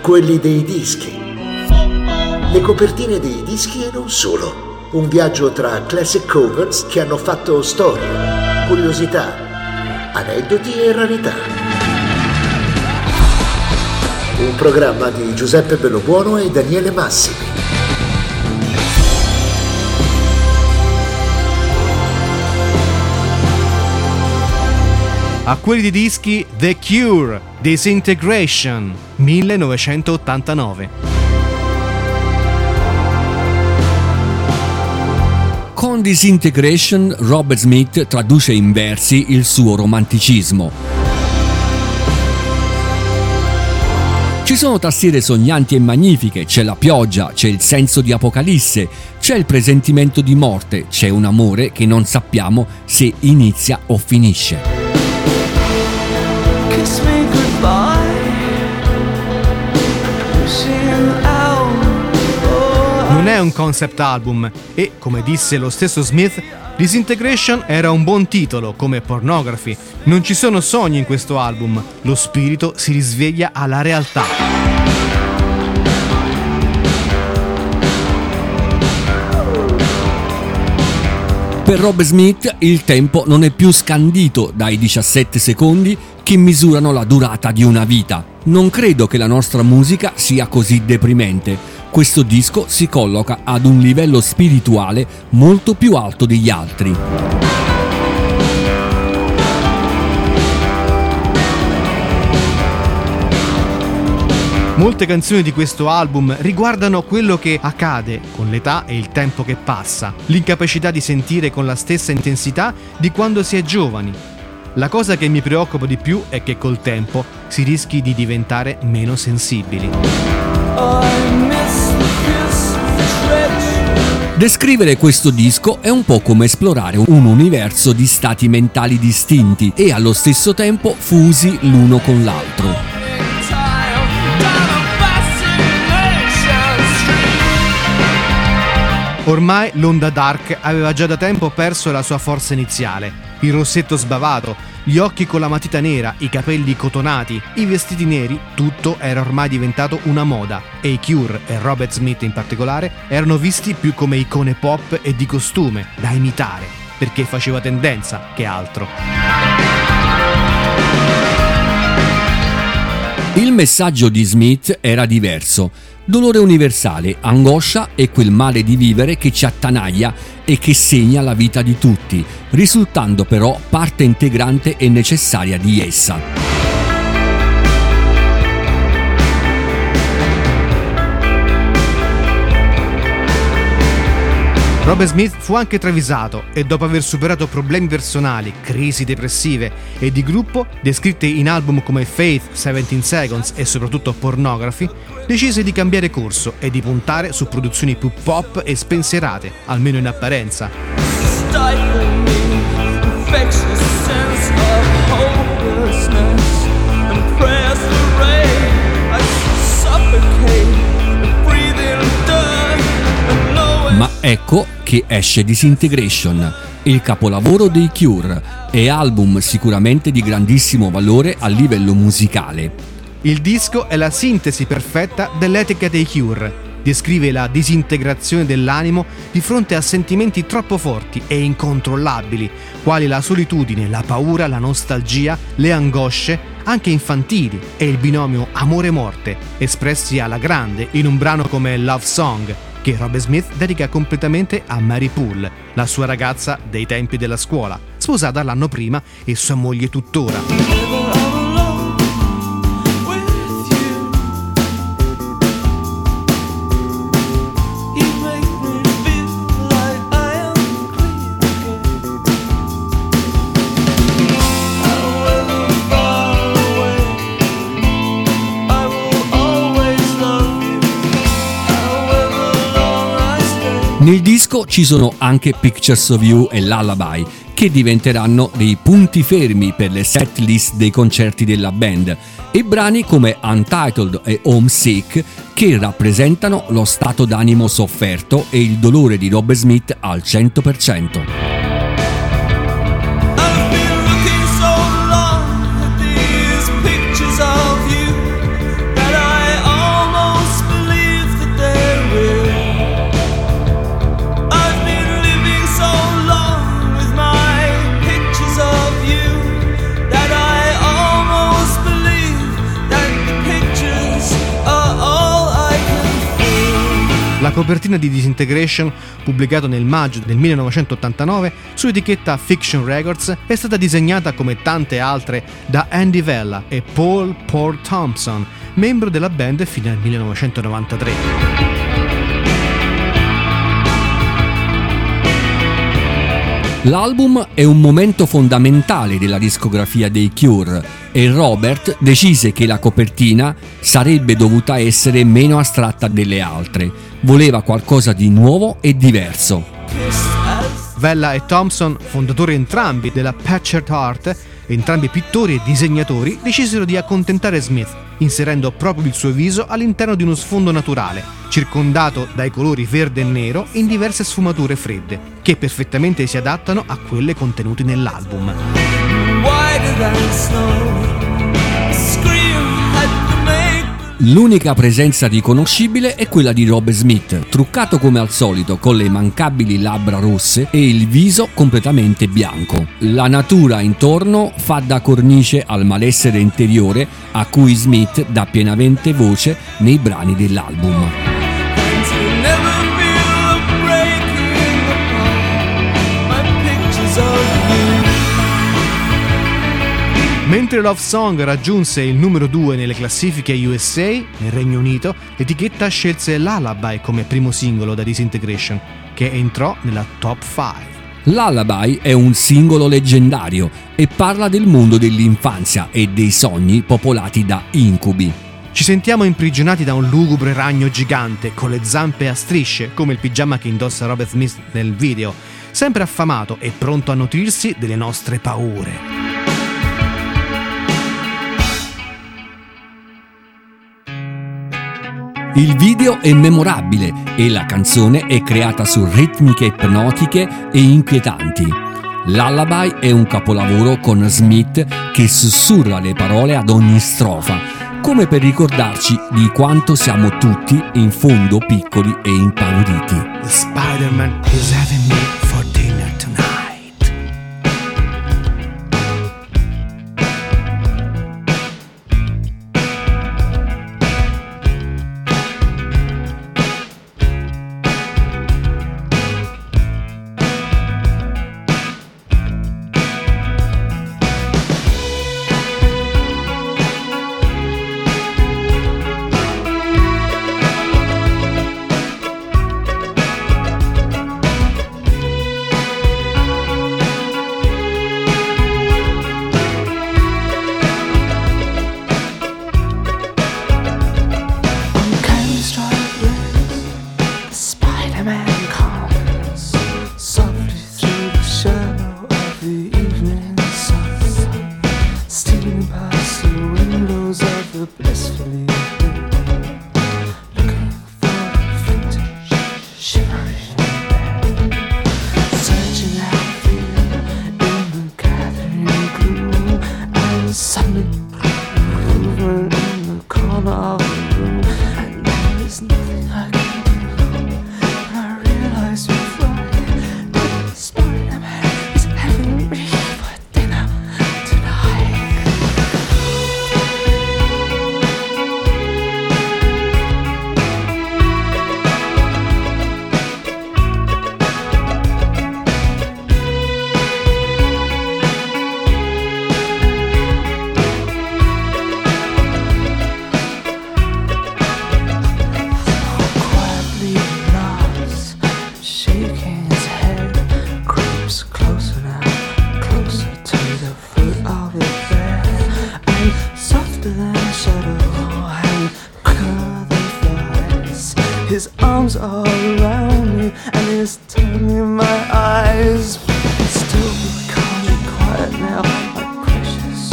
quelli dei dischi. Le copertine dei dischi e non solo. Un viaggio tra classic covers che hanno fatto storia, curiosità, aneddoti e rarità. Un programma di Giuseppe Bellobuono e Daniele Massimi. A quelli di dischi The Cure, Disintegration, 1989. Con Disintegration, Robert Smith traduce in versi il suo romanticismo. Ci sono tastiere sognanti e magnifiche, c'è la pioggia, c'è il senso di apocalisse, c'è il presentimento di morte, c'è un amore che non sappiamo se inizia o finisce. Non è un concept album e, come disse lo stesso Smith, Disintegration era un buon titolo come Pornography. Non ci sono sogni in questo album, lo spirito si risveglia alla realtà. Per Rob Smith il tempo non è più scandito dai 17 secondi che misurano la durata di una vita. Non credo che la nostra musica sia così deprimente. Questo disco si colloca ad un livello spirituale molto più alto degli altri. Molte canzoni di questo album riguardano quello che accade con l'età e il tempo che passa, l'incapacità di sentire con la stessa intensità di quando si è giovani. La cosa che mi preoccupa di più è che col tempo si rischi di diventare meno sensibili. Descrivere questo disco è un po' come esplorare un universo di stati mentali distinti e allo stesso tempo fusi l'uno con l'altro. Ormai l'onda dark aveva già da tempo perso la sua forza iniziale. Il rossetto sbavato, gli occhi con la matita nera, i capelli cotonati, i vestiti neri, tutto era ormai diventato una moda e i Cure e Robert Smith in particolare erano visti più come icone pop e di costume da imitare, perché faceva tendenza che altro. Il messaggio di Smith era diverso. Dolore universale, angoscia e quel male di vivere che ci attanaglia e che segna la vita di tutti, risultando però parte integrante e necessaria di essa. Robert Smith fu anche travisato e dopo aver superato problemi personali, crisi depressive e di gruppo, descritte in album come Faith, 17 Seconds e soprattutto Pornography, decise di cambiare corso e di puntare su produzioni più pop e spensierate, almeno in apparenza. Ma ecco che esce Disintegration, il capolavoro dei Cure, e album sicuramente di grandissimo valore a livello musicale. Il disco è la sintesi perfetta dell'etica dei Cure. Descrive la disintegrazione dell'animo di fronte a sentimenti troppo forti e incontrollabili, quali la solitudine, la paura, la nostalgia, le angosce, anche infantili, e il binomio amore-morte, espressi alla grande in un brano come Love Song, che Robert Smith dedica completamente a Mary Poole, la sua ragazza dei tempi della scuola, sposata l'anno prima e sua moglie tuttora. Nel disco ci sono anche Pictures of You e Lullaby, che diventeranno dei punti fermi per le set list dei concerti della band, e brani come Untitled e Homesick che rappresentano lo stato d'animo sofferto e il dolore di Robert Smith al 100%. La copertina di Disintegration, pubblicato nel maggio del 1989 su etichetta Fiction Records, è stata disegnata come tante altre da Andy Vella e Paul Thompson, membro della band fino al 1993. L'album è un momento fondamentale della discografia dei Cure e Robert decise che la copertina sarebbe dovuta essere meno astratta delle altre. Voleva qualcosa di nuovo e diverso. Vella e Thompson, fondatori entrambi della Patchwork Art, entrambi pittori e disegnatori, decisero di accontentare Smith, inserendo proprio il suo viso all'interno di uno sfondo naturale, circondato dai colori verde e nero in diverse sfumature fredde, che perfettamente si adattano a quelle contenute nell'album. L'unica presenza riconoscibile è quella di Rob Smith, truccato come al solito con le immancabili labbra rosse e il viso completamente bianco. La natura intorno fa da cornice al malessere interiore a cui Smith dà pienamente voce nei brani dell'album. Mentre Love Song raggiunse il numero 2 nelle classifiche USA, nel Regno Unito, l'etichetta scelse Lullaby come primo singolo da Disintegration, che entrò nella top 5. Lullaby è un singolo leggendario e parla del mondo dell'infanzia e dei sogni popolati da incubi. Ci sentiamo imprigionati da un lugubre ragno gigante con le zampe a strisce, come il pigiama che indossa Robert Smith nel video, sempre affamato e pronto a nutrirsi delle nostre paure. Il video è memorabile e la canzone è creata su ritmiche ipnotiche e inquietanti. Lullaby è un capolavoro con Smith che sussurra le parole ad ogni strofa, come per ricordarci di quanto siamo tutti in fondo piccoli e impauriti. The Spider-Man is having me for dinner tonight. His arms are around me and he's turning my eyes. Still can't be quiet now, my precious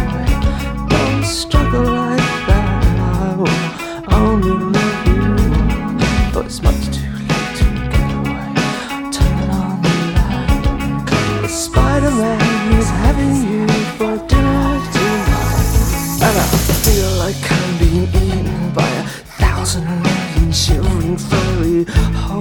boy. Don't struggle like that, I will only love you. Though it's much too late to get away. Turn on the light. The Spider-Man is having you for dinner tonight. And I feel like I'm being eaten by 1,000 shivering furry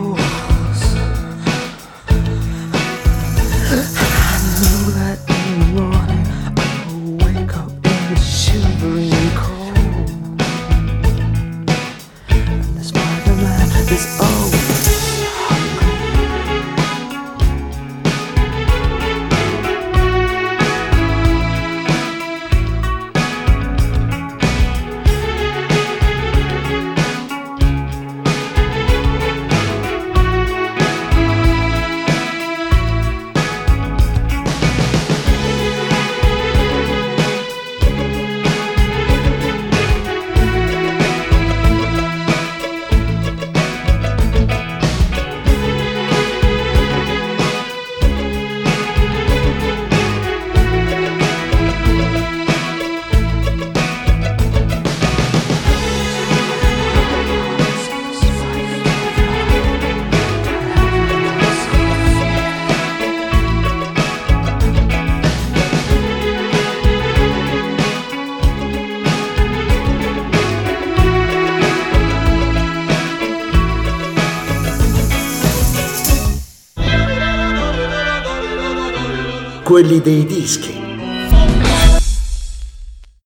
quelli dei dischi.